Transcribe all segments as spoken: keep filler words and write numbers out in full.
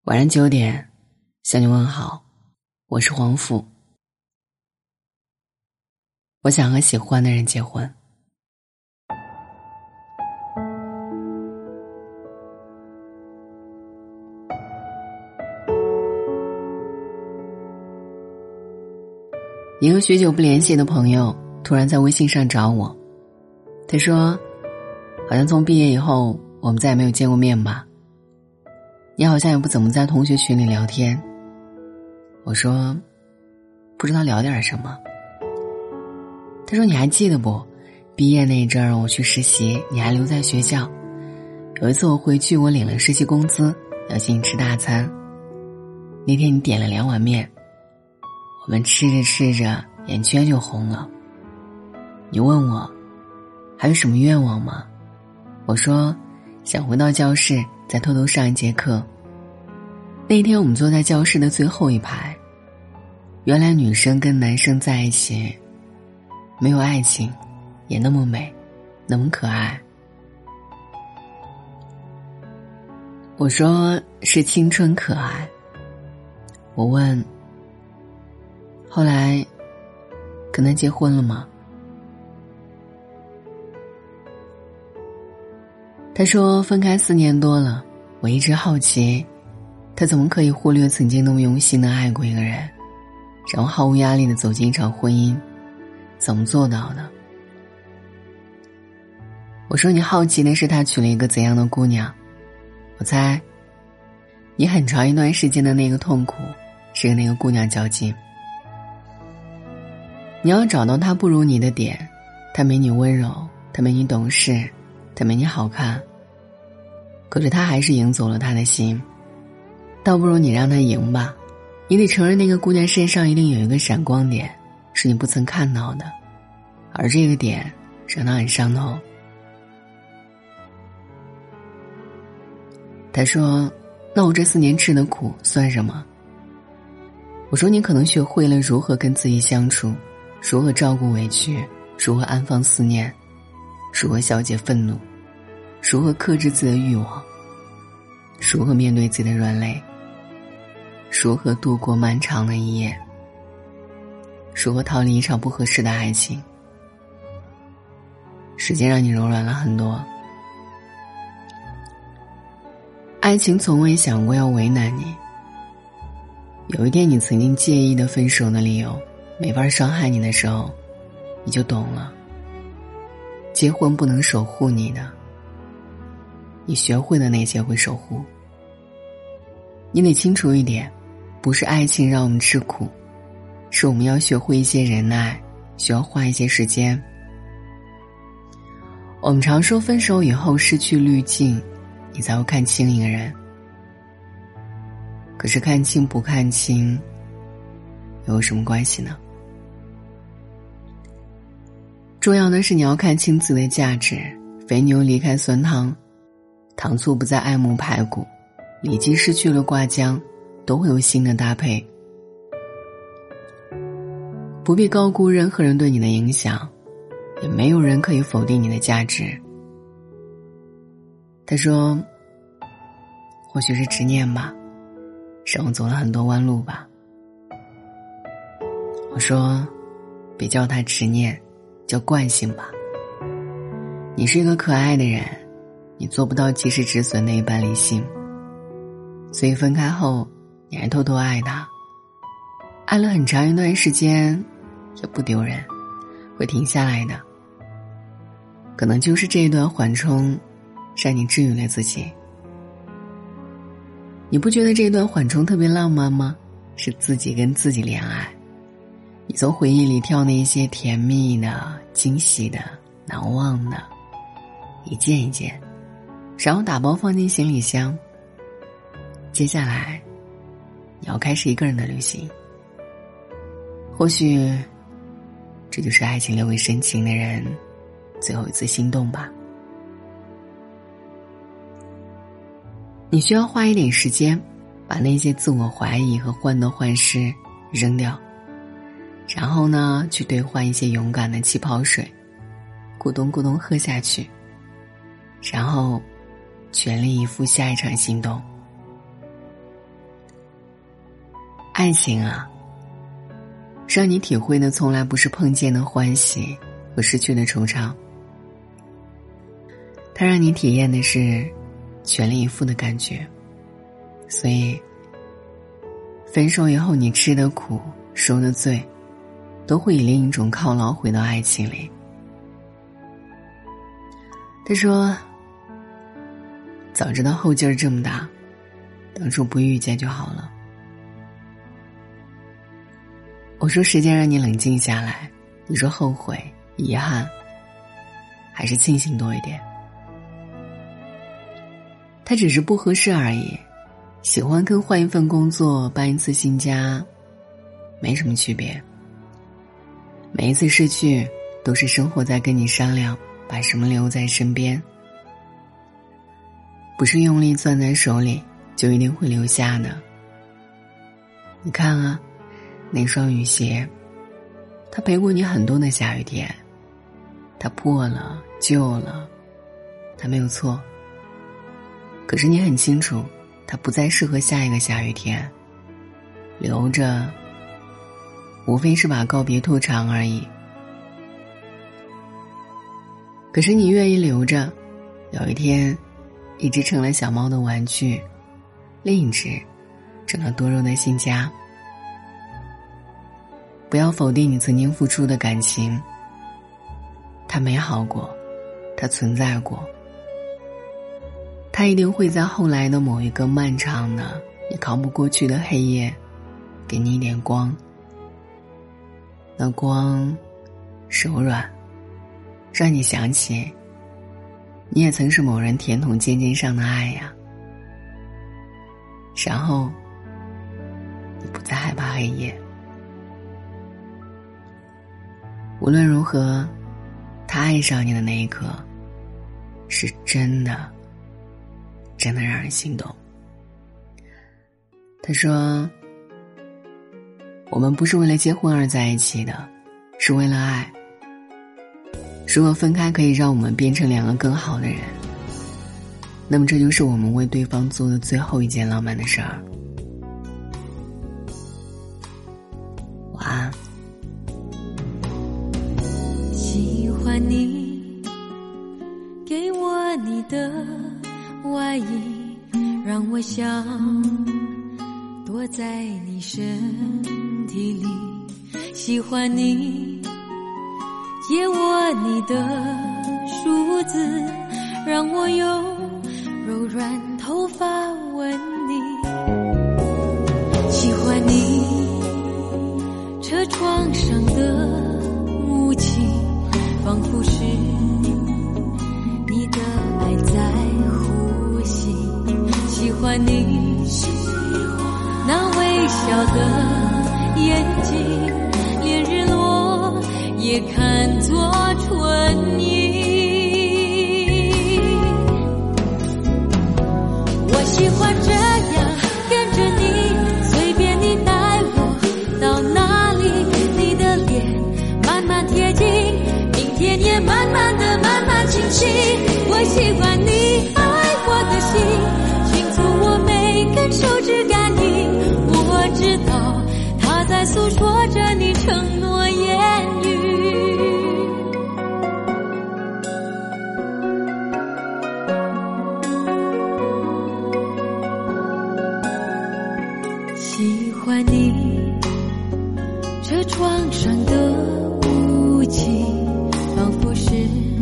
晚上九点向你问好，我是黄甫。我想和喜欢的人结婚。一个许久不联系的朋友突然在微信上找我，他说好像从毕业以后我们再也没有见过面吧，你好像也不怎么在同学群里聊天。我说不知道聊点什么。他说你还记得不，毕业那阵儿我去实习，你还留在学校，有一次我回去，我领了实习工资，要请你吃大餐，那天你点了两碗面，我们吃着吃着眼圈就红了。你问我还有什么愿望吗？我说想回到教室再偷偷上一节课。那天我们坐在教室的最后一排，原来女生跟男生在一起没有爱情也那么美，那么可爱。我说是青春可爱。我问后来跟他结婚了吗？他说分开四年多了，我一直好奇他怎么可以忽略曾经那么用心的爱过一个人，然后毫无压力地走进一场婚姻，怎么做到的？我说你好奇的是他娶了一个怎样的姑娘，我猜你很长一段时间的那个痛苦是跟那个姑娘较劲。你要找到他不如你的点，他没你温柔，他没你懂事，他没你好看，可是他还是赢走了他的心。倒不如你让他赢吧，你得承认那个姑娘身上一定有一个闪光点是你不曾看到的，而这个点让他很伤头。他说那我这四年吃的苦算什么？我说你可能学会了如何跟自己相处，如何照顾委屈，如何安放思念，如何消解愤怒，如何克制自己的欲望，如何面对自己的软肋，如何度过漫长的一夜，如何逃离一场不合适的爱情。时间让你柔软了很多，爱情从未想过要为难你。有一天你曾经介意的分手的理由没法伤害你的时候，你就懂了，结婚不能守护你的，你学会的那些会守护。你得清楚一点，不是爱情让我们吃苦，是我们要学会一些忍耐，需要花一些时间。我们常说分手以后失去滤镜，你才会看清一个人。可是看清不看清又有什么关系呢？重要的是你要看清自己的价值。肥牛离开酸汤，糖醋不再爱慕排骨，里脊失去了挂浆，都会有新的搭配。不必高估任何人对你的影响，也没有人可以否定你的价值。他说或许是执念吧，让我走了很多弯路吧。我说别叫它执念，叫惯性吧。你是一个可爱的人，你做不到及时止损那一般理性，所以分开后你还偷偷爱他，爱了很长一段时间也不丢人，会停下来的。可能就是这一段缓冲让你治愈了自己。你不觉得这段缓冲特别浪漫吗？是自己跟自己恋爱，你从回忆里挑那些甜蜜的、惊喜的、难忘的，一件一件，然后打包放进行李箱。接下来你要开始一个人的旅行。或许这就是爱情留给深情的人最后一次心动吧。你需要花一点时间把那些自我怀疑和患得患失扔掉，然后呢去兑换一些勇敢的气泡水，咕咚咕咚喝下去，然后全力以赴下一场行动。 爱情啊，让你体会的从来不是碰见的欢喜和失去的惆怅，它让你体验的是全力以赴的感觉。所以分手以后，你吃的苦受的罪，都会以另一种犒劳回到爱情里。他说，早知道后劲儿这么大，当初不遇见就好了。我说时间让你冷静下来，你说后悔遗憾还是庆幸多一点。他只是不合适而已，喜欢跟换一份工作搬一次新家没什么区别。每一次失去都是生活在跟你商量把什么留在身边，不是用力攥在手里就一定会留下的。你看啊，那双雨鞋，它陪过你很多的下雨天，它破了旧了，它没有错，可是你很清楚它不再适合下一个下雨天，留着无非是把告别拖长而已。可是你愿意留着，有一天一只成了小猫的玩具，另一只成了多肉的新家。不要否定你曾经付出的感情，它美好过，它存在过，它一定会在后来的某一个漫长的你扛不过去的黑夜给你一点光。那光柔软，让你想起你也曾是某人甜筒尖尖上的爱呀，然后你不再害怕黑夜。无论如何，他爱上你的那一刻是真的真的让人心动。他说，我们不是为了结婚而在一起的，是为了爱。如果分开可以让我们变成两个更好的人，那么这就是我们为对方做的最后一件浪漫的事儿。晚安。 喜欢你给我你的外衣，让我想躲在你身体里。喜欢你借我你的梳子，让我用柔软头发吻你。喜欢你车窗上的雾气，仿佛是你的爱在呼吸。喜欢你那微笑的眼睛，连日落也看作春意。我喜欢这样跟着你，随便你带我到哪里，你的脸慢慢贴近，明天也慢慢的慢慢清晰。我喜欢你爱我的心，清楚我每根手指感应。我知道它在诉说着你承诺言语。喜欢你车窗上的雾气，仿佛是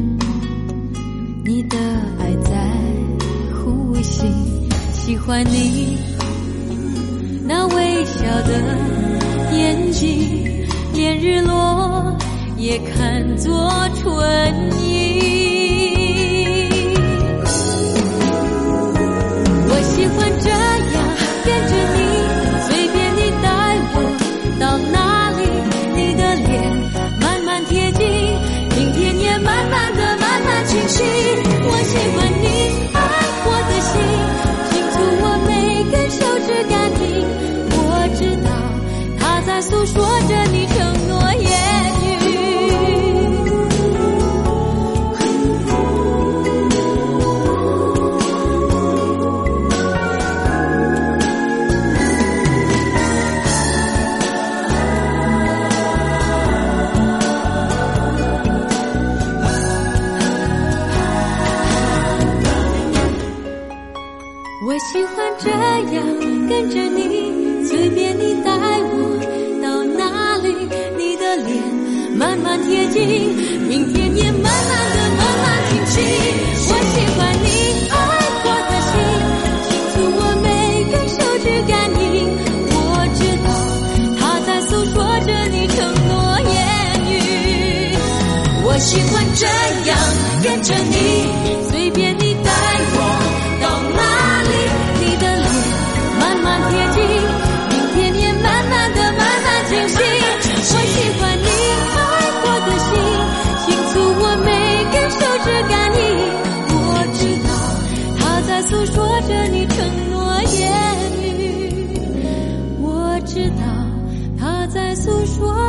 你的爱在呼吸。喜欢你那微笑的眼睛，连日落也看作春意。我喜欢这样跟着你，随便你带我到哪里，你的脸慢慢贴近，明天也慢慢的慢慢清晰。我喜欢你爱我的心，清楚我每根手指感应。我知道它在诉说着你承诺言语。 样跟着你，随便你带我到哪里，你的脸慢慢贴近，明天也慢慢的慢慢清晰。我喜欢你爱过的心，清楚我每个手指感应，我知道它在诉说着你承诺言语。我喜欢这样跟着你，随便你带我到哪里，你的脸慢慢贴近，明天也慢慢的慢慢清晰。我喜欢你爱过的心，清楚我每根手指感应，我知道它在诉说着你承诺言语，我知道它在诉说